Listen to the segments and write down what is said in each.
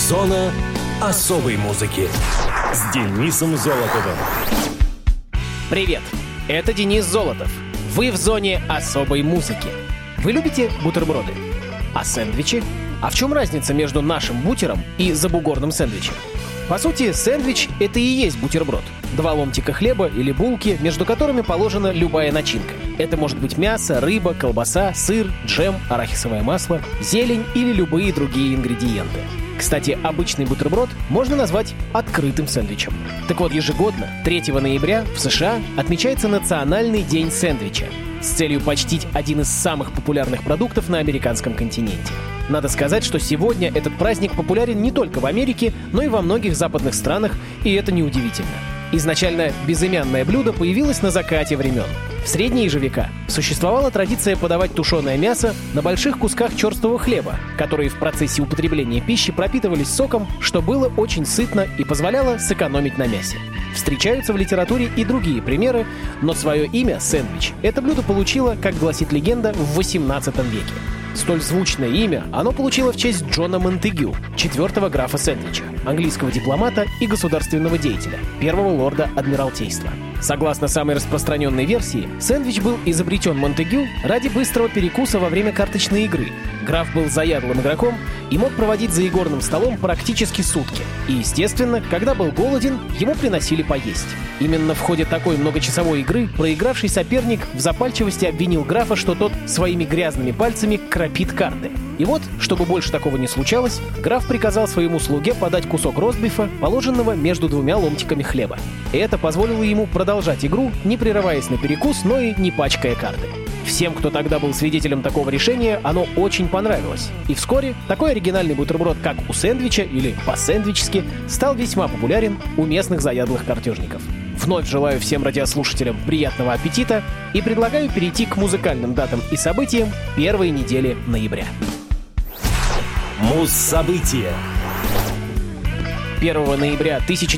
Зона особой музыки с Денисом Золотовым. Привет, это Денис Золотов. Вы в зоне особой музыки. Вы любите бутерброды? А сэндвичи? А в чем разница между нашим бутером и забугорным сэндвичем? По сути, сэндвич — это и есть бутерброд. 2 ломтика хлеба или булки, между которыми положена любая начинка. Это может быть мясо, рыба, колбаса, сыр, джем, арахисовое масло, зелень или любые другие ингредиенты. Кстати, обычный бутерброд можно назвать открытым сэндвичем. Так вот, ежегодно, 3 ноября в США отмечается Национальный день сэндвича с целью почтить один из самых популярных продуктов на американском континенте. Надо сказать, что сегодня этот праздник популярен не только в Америке, но и во многих западных странах, и это неудивительно. Изначально безымянное блюдо появилось на закате времен. В средние же века существовала традиция подавать тушеное мясо на больших кусках черствого хлеба, которые в процессе употребления пищи пропитывались соком, что было очень сытно и позволяло сэкономить на мясе. Встречаются в литературе и другие примеры, но свое имя сэндвич это блюдо получило, как гласит легенда, в XVIII веке. Столь звучное имя оно получило в честь Джона Монтегю, 4-го графа Сэндвича, английского дипломата и государственного деятеля, 1-го лорда Адмиралтейства. Согласно самой распространенной версии, сэндвич был изобретен Монтегю ради быстрого перекуса во время карточной игры. Граф был заядлым игроком и мог проводить за игорным столом практически сутки. И, естественно, когда был голоден, ему приносили поесть. Именно в ходе такой многочасовой игры проигравший соперник в запальчивости обвинил графа, что тот своими грязными пальцами кропит карты. И вот, чтобы больше такого не случалось, граф приказал своему слуге подать кусок ростбифа, положенного между 2 ломтиками хлеба. И это позволило ему продолжать игру, не прерываясь на перекус, но и не пачкая карты. Всем, кто тогда был свидетелем такого решения, оно очень понравилось. И вскоре такой оригинальный бутерброд, как у сэндвича или по-сэндвичски, стал весьма популярен у местных заядлых картежников. Вновь желаю всем радиослушателям приятного аппетита и предлагаю перейти к музыкальным датам и событиям первой недели ноября. Муз-события. 1 ноября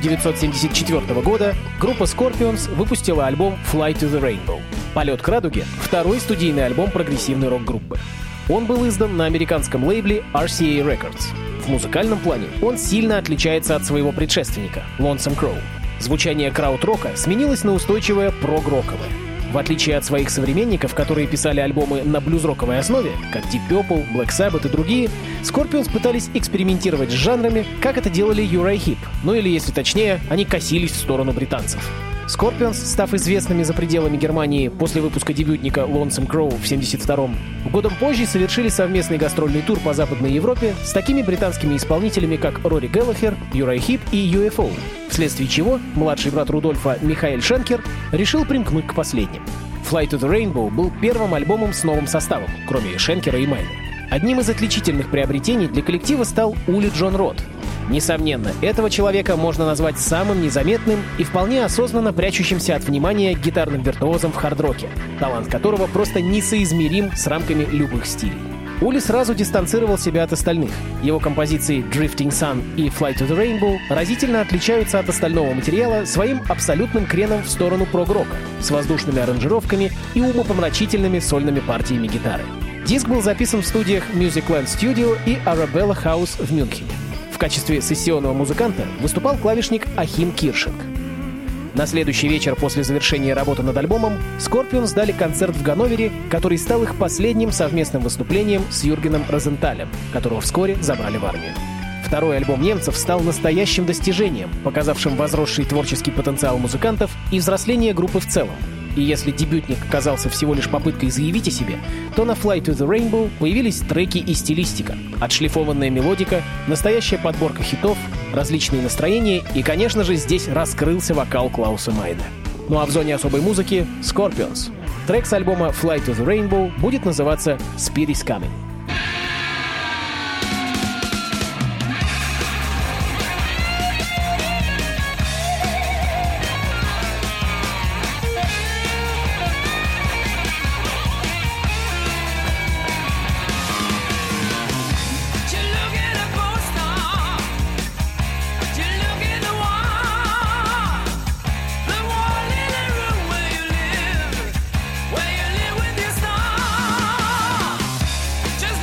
1974 года группа Scorpions выпустила альбом «Fly to the Rainbow». «Полет к радуге» — второй студийный альбом прогрессивной рок-группы. Он был издан на американском лейбле RCA Records. В музыкальном плане он сильно отличается от своего предшественника Lonesome Crow. Звучание краud-рока сменилось на устойчивое прог-роковое. В отличие от своих современников, которые писали альбомы на блюз-роковой основе, как Deep Purple, Black Sabbath и другие, Scorpions пытались экспериментировать с жанрами, как это делали Uriah Heep, ну или, если точнее, они косились в сторону британцев. Scorpions, став известными за пределами Германии после выпуска дебютника Lonesome Crow в 1972-м, годом позже совершили совместный гастрольный тур по Западной Европе с такими британскими исполнителями, как Рори Геллахер, Uriah Heep и UFO, вследствие чего младший брат Рудольфа Михаэль Шенкер решил примкнуть к последним. Fly to the Rainbow был первым альбомом с новым составом, кроме Шенкера и Майны. Одним из отличительных приобретений для коллектива стал Ули Джон Рот. Несомненно, этого человека можно назвать самым незаметным и вполне осознанно прячущимся от внимания гитарным виртуозом в хард-роке, талант которого просто несоизмерим с рамками любых стилей. Ули сразу дистанцировал себя от остальных. Его композиции «Drifting Sun» и «Fly to the Rainbow» разительно отличаются от остального материала своим абсолютным креном в сторону прог-рока, с воздушными аранжировками и умопомрачительными сольными партиями гитары. Диск был записан в студиях Musicland Studio и Arabella House в Мюнхене. В качестве сессионного музыканта выступал клавишник Ахим Киршинг. На следующий вечер после завершения работы над альбомом Scorpions дали концерт в Ганновере, который стал их последним совместным выступлением с Юргеном Розенталем, которого вскоре забрали в армию. Второй альбом немцев стал настоящим достижением, показавшим возросший творческий потенциал музыкантов и взросление группы в целом. И если дебютник казался всего лишь попыткой заявить о себе, то на Fly to the Rainbow появились треки и стилистика, отшлифованная мелодика, настоящая подборка хитов, различные настроения и, конечно же, здесь раскрылся вокал Клауса Майна. Ну а в зоне особой музыки — Scorpions. Трек с альбома Fly to the Rainbow будет называться «Speed is Coming». Just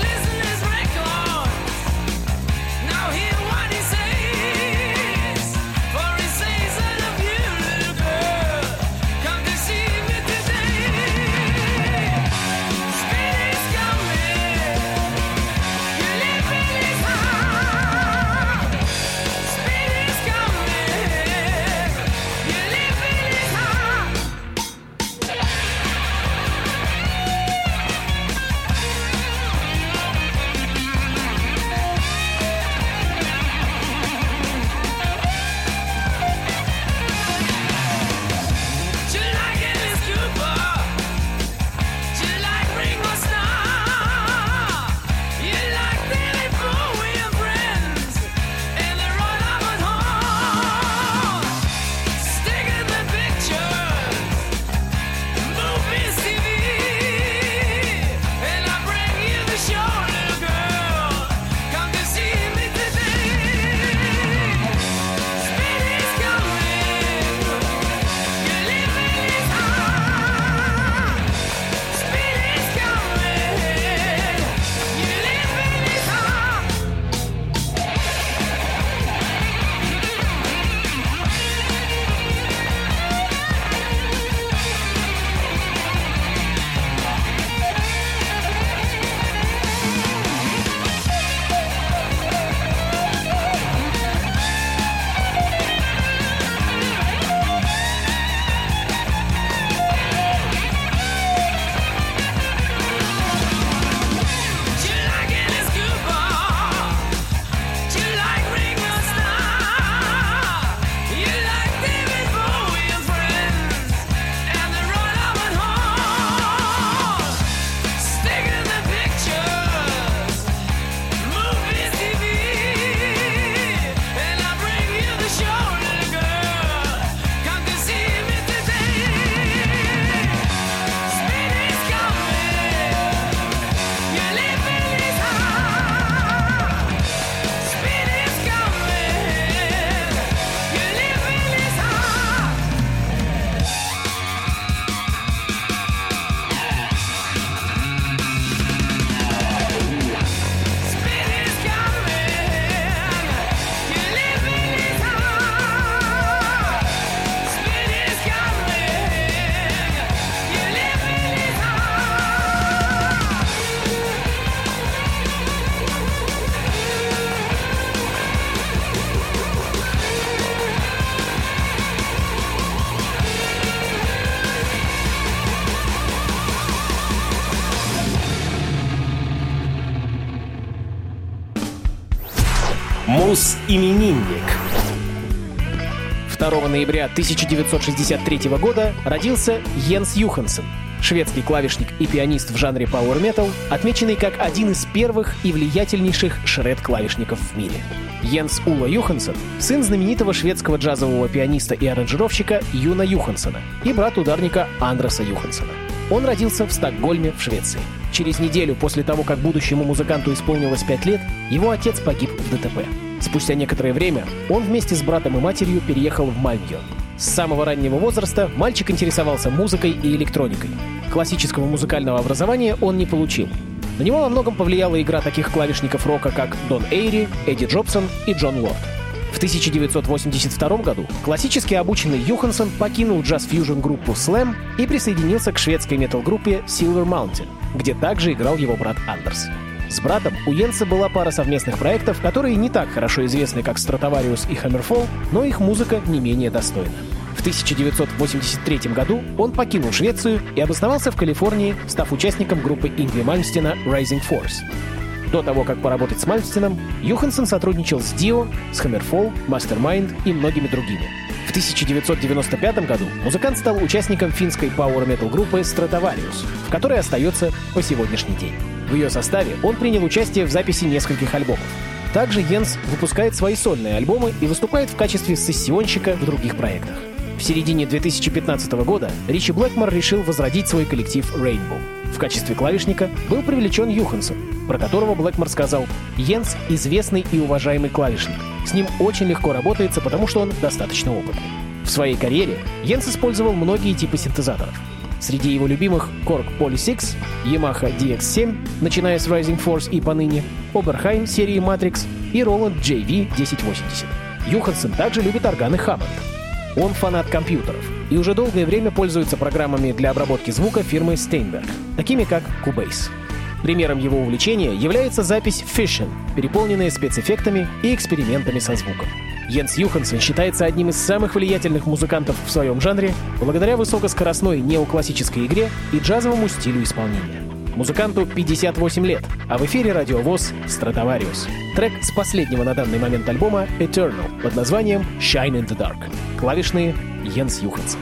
Муз-именинник. 2 ноября 1963 года родился Йенс Юхансен, шведский клавишник и пианист в жанре Power Metal, отмеченный как один из первых и влиятельнейших шред-клавишников в мире. Йенс Ула Юхансен — сын знаменитого шведского джазового пианиста и аранжировщика Юна Юхансена и брат ударника Андреса Юхансена. Он родился в Стокгольме, в Швеции. Через неделю после того, как будущему музыканту исполнилось 5 лет, его отец погиб в ДТП. Спустя некоторое время он вместе с братом и матерью переехал в Мальмё. С самого раннего возраста мальчик интересовался музыкой и электроникой. Классического музыкального образования он не получил. На него во многом повлияла игра таких клавишников рока, как Дон Эйри, Эдди Джобсон и Джон Лорд. В 1982 году классически обученный Юхансен покинул джаз-фьюжн группу Slam и присоединился к шведской метал-группе Silver Mountain, где также играл его брат Андерс. С братом у Йенса была пара совместных проектов, которые не так хорошо известны, как Stratovarius и Hammerfall, но их музыка не менее достойна. В 1983 году он покинул Швецию и обосновался в Калифорнии, став участником группы Ингви Мальмстена Rising Force. До того, как поработать с Мальмстеном, Юхансен сотрудничал с Dio, с Hammerfall, Mastermind и многими другими. В 1995 году музыкант стал участником финской пауэр-метал группы Stratovarius, в которой остается по сегодняшний день. В ее составе он принял участие в записи нескольких альбомов. Также Йенс выпускает свои сольные альбомы и выступает в качестве сессионщика в других проектах. В середине 2015 года Ричи Блэкмор решил возродить свой коллектив Rainbow. В качестве клавишника был привлечен Юхансен, про которого Блэкмор сказал: «Йенс — известный и уважаемый клавишник. С ним очень легко работается, потому что он достаточно опытный». В своей карьере Йенс использовал многие типы синтезаторов. Среди его любимых Korg Poly 6, Yamaha DX7, начиная с Rising Force и поныне, Oberheim серии Matrix и Roland JV-1080. Юхансен также любит органы Hammond. Он фанат компьютеров и уже долгое время пользуется программами для обработки звука фирмы Steinberg, такими как Cubase. Примером его увлечения является запись Fission, переполненная спецэффектами и экспериментами со звуком. Йенс Юхансен считается одним из самых влиятельных музыкантов в своем жанре благодаря высокоскоростной неоклассической игре и джазовому стилю исполнения. Музыканту 58 лет, а в эфире радиовоз Stratovarius. Трек с последнего на данный момент альбома Eternal под названием Shine in the Dark. Клавишные Йенс Юхансен.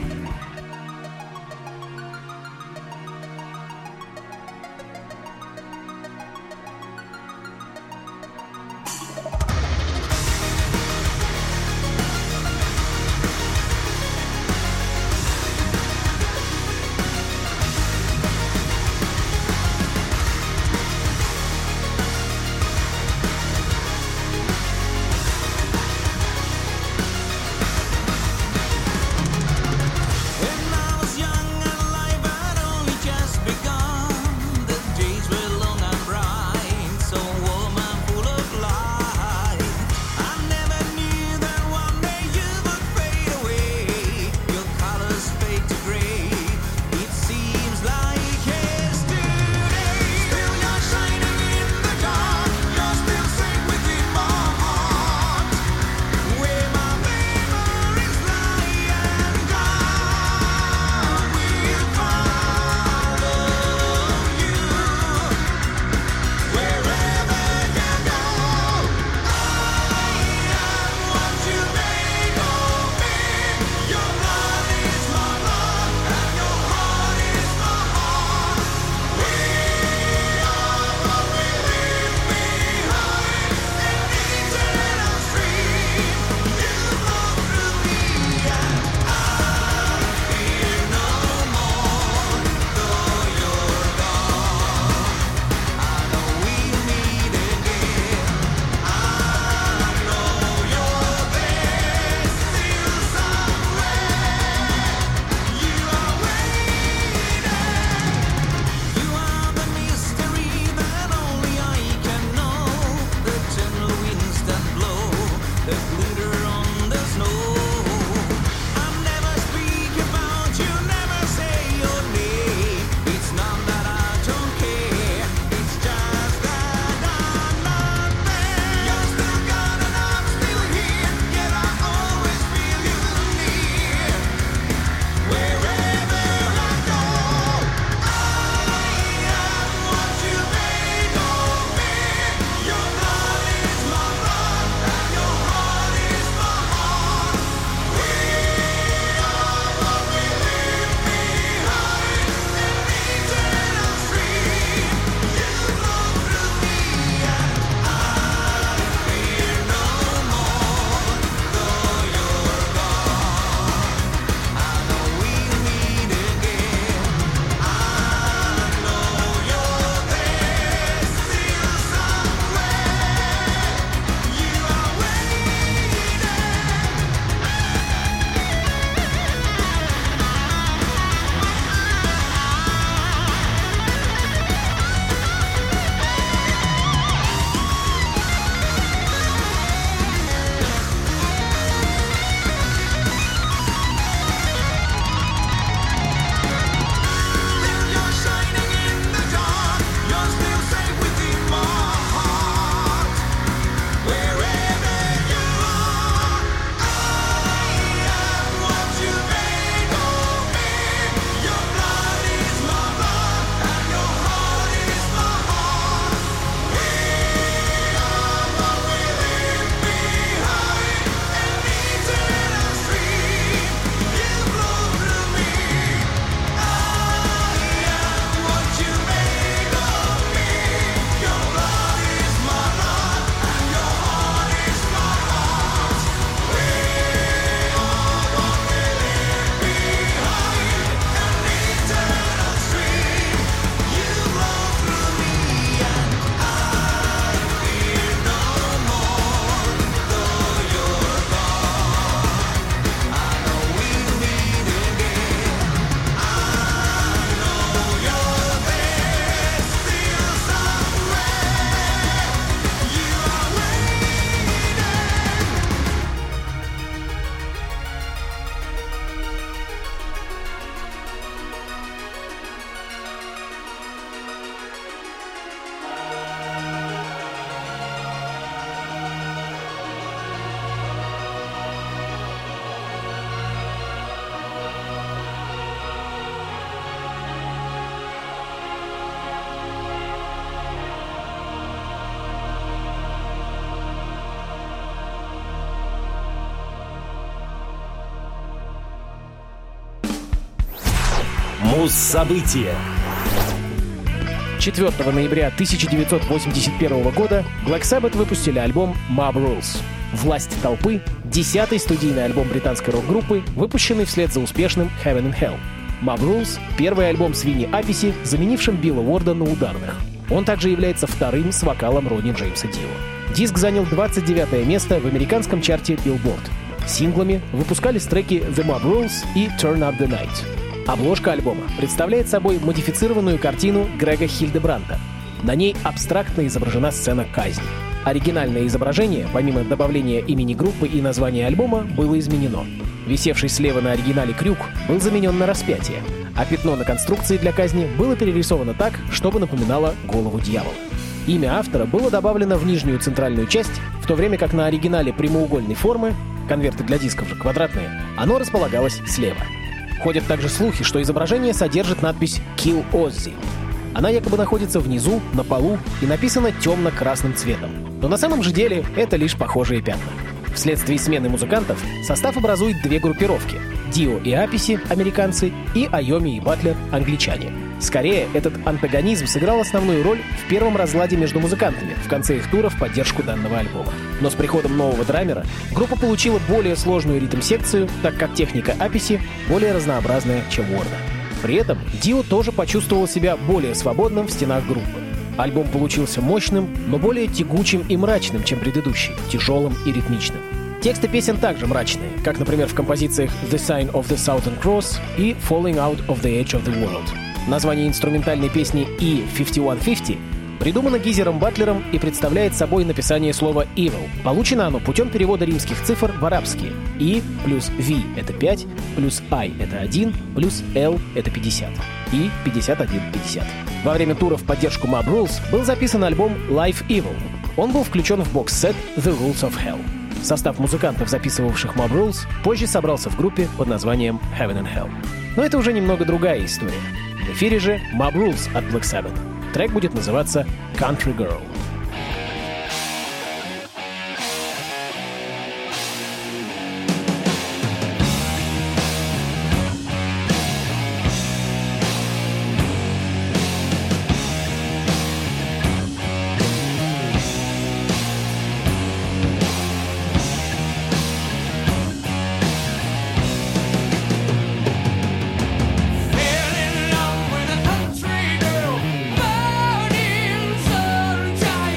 Муз-события. 4 ноября 1981 года Black Sabbath выпустили альбом Mob Rules. «Власть толпы» — 10-й студийный альбом британской рок-группы, выпущенный вслед за успешным Heaven and Hell. Mob Rules — первый альбом Свинни Аписи, заменившим Билла Уорда на ударных. Он также является вторым с вокалом Ронни Джеймса Дио. Диск занял 29 место в американском чарте Billboard. Синглами выпускались треки The Mob Rules и Turn Up the Night. Обложка альбома представляет собой модифицированную картину Грега Хильдебранта. На ней абстрактно изображена сцена казни. Оригинальное изображение, помимо добавления имени группы и названия альбома, было изменено. Висевший слева на оригинале крюк был заменен на распятие, а пятно на конструкции для казни было перерисовано так, чтобы напоминало голову дьявола. Имя автора было добавлено в нижнюю центральную часть, в то время как на оригинале прямоугольной формы, конверты для дисков же квадратные, оно располагалось слева. Ходят также слухи, что изображение содержит надпись «Kill Ozzy». Она якобы находится внизу, на полу, и написана темно-красным цветом. Но на самом же деле это лишь похожие пятна. Вследствие смены музыкантов состав образует две группировки — Дио и Аписи, американцы, и Айоми и Батлер, англичане. Скорее, этот антагонизм сыграл основную роль в первом разладе между музыкантами в конце их тура в поддержку данного альбома. Но с приходом нового драмера группа получила более сложную ритм-секцию, так как техника Аписи более разнообразная, чем Уорда. При этом Дио тоже почувствовал себя более свободным в стенах группы. Альбом получился мощным, но более тягучим и мрачным, чем предыдущий, тяжелым и ритмичным. Тексты песен также мрачные, как, например, в композициях «The Sign of the Southern Cross» и «Falling Out of the Edge of the World». Название инструментальной песни «E5150» придумано Гизером Батлером и представляет собой написание слова «evil». Получено оно путем перевода римских цифр в арабские. «E» плюс «V» — это 5, плюс «I» — это 1, плюс «L» — это 50. И 51-50. Во время тура в поддержку Mob Rules был записан альбом «Live Evil». Он был включен в бокс-сет «The Rules of Hell». Состав музыкантов, записывавших Mob Rules, позже собрался в группе под названием Heaven and Hell. Но это уже немного другая история. В эфире же Mob Rules от Black Sabbath. Трек будет называться «Country Girl». Fell in love with a country girl, burning sunshine.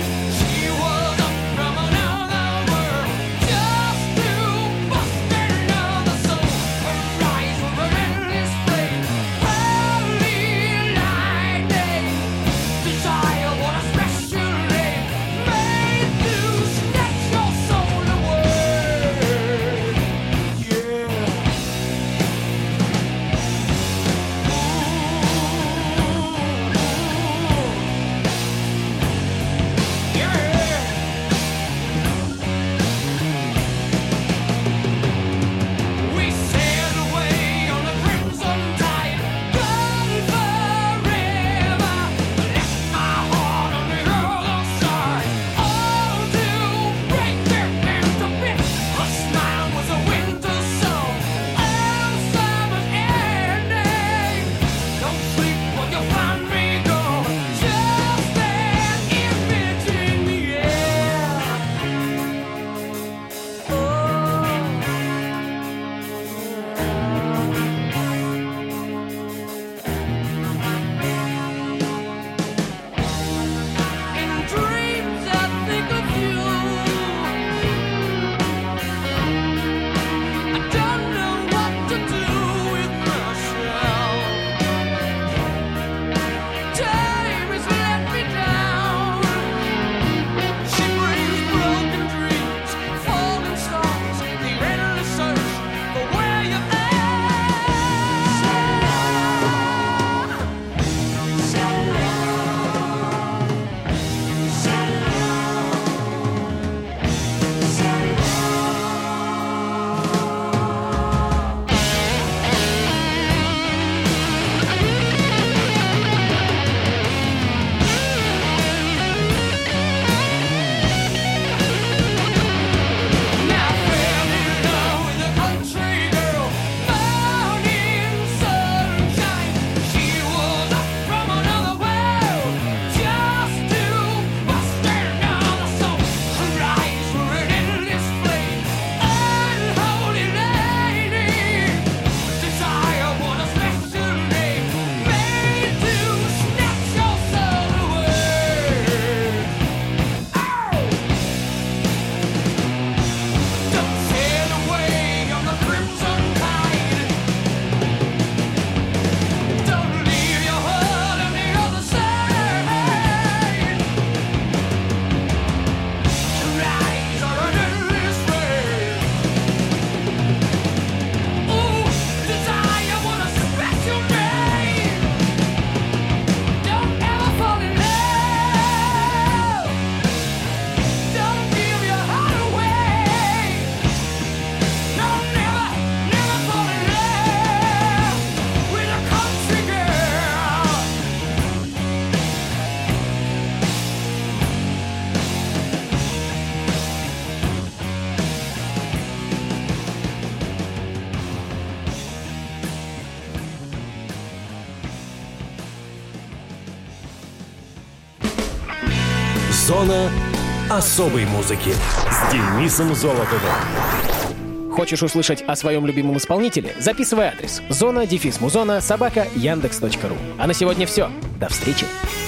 Зона особой музыки с Денисом Золотовым. Хочешь услышать о своем любимом исполнителе? Записывай адрес: zona-muzona@yandex.ru. А на сегодня все. До встречи.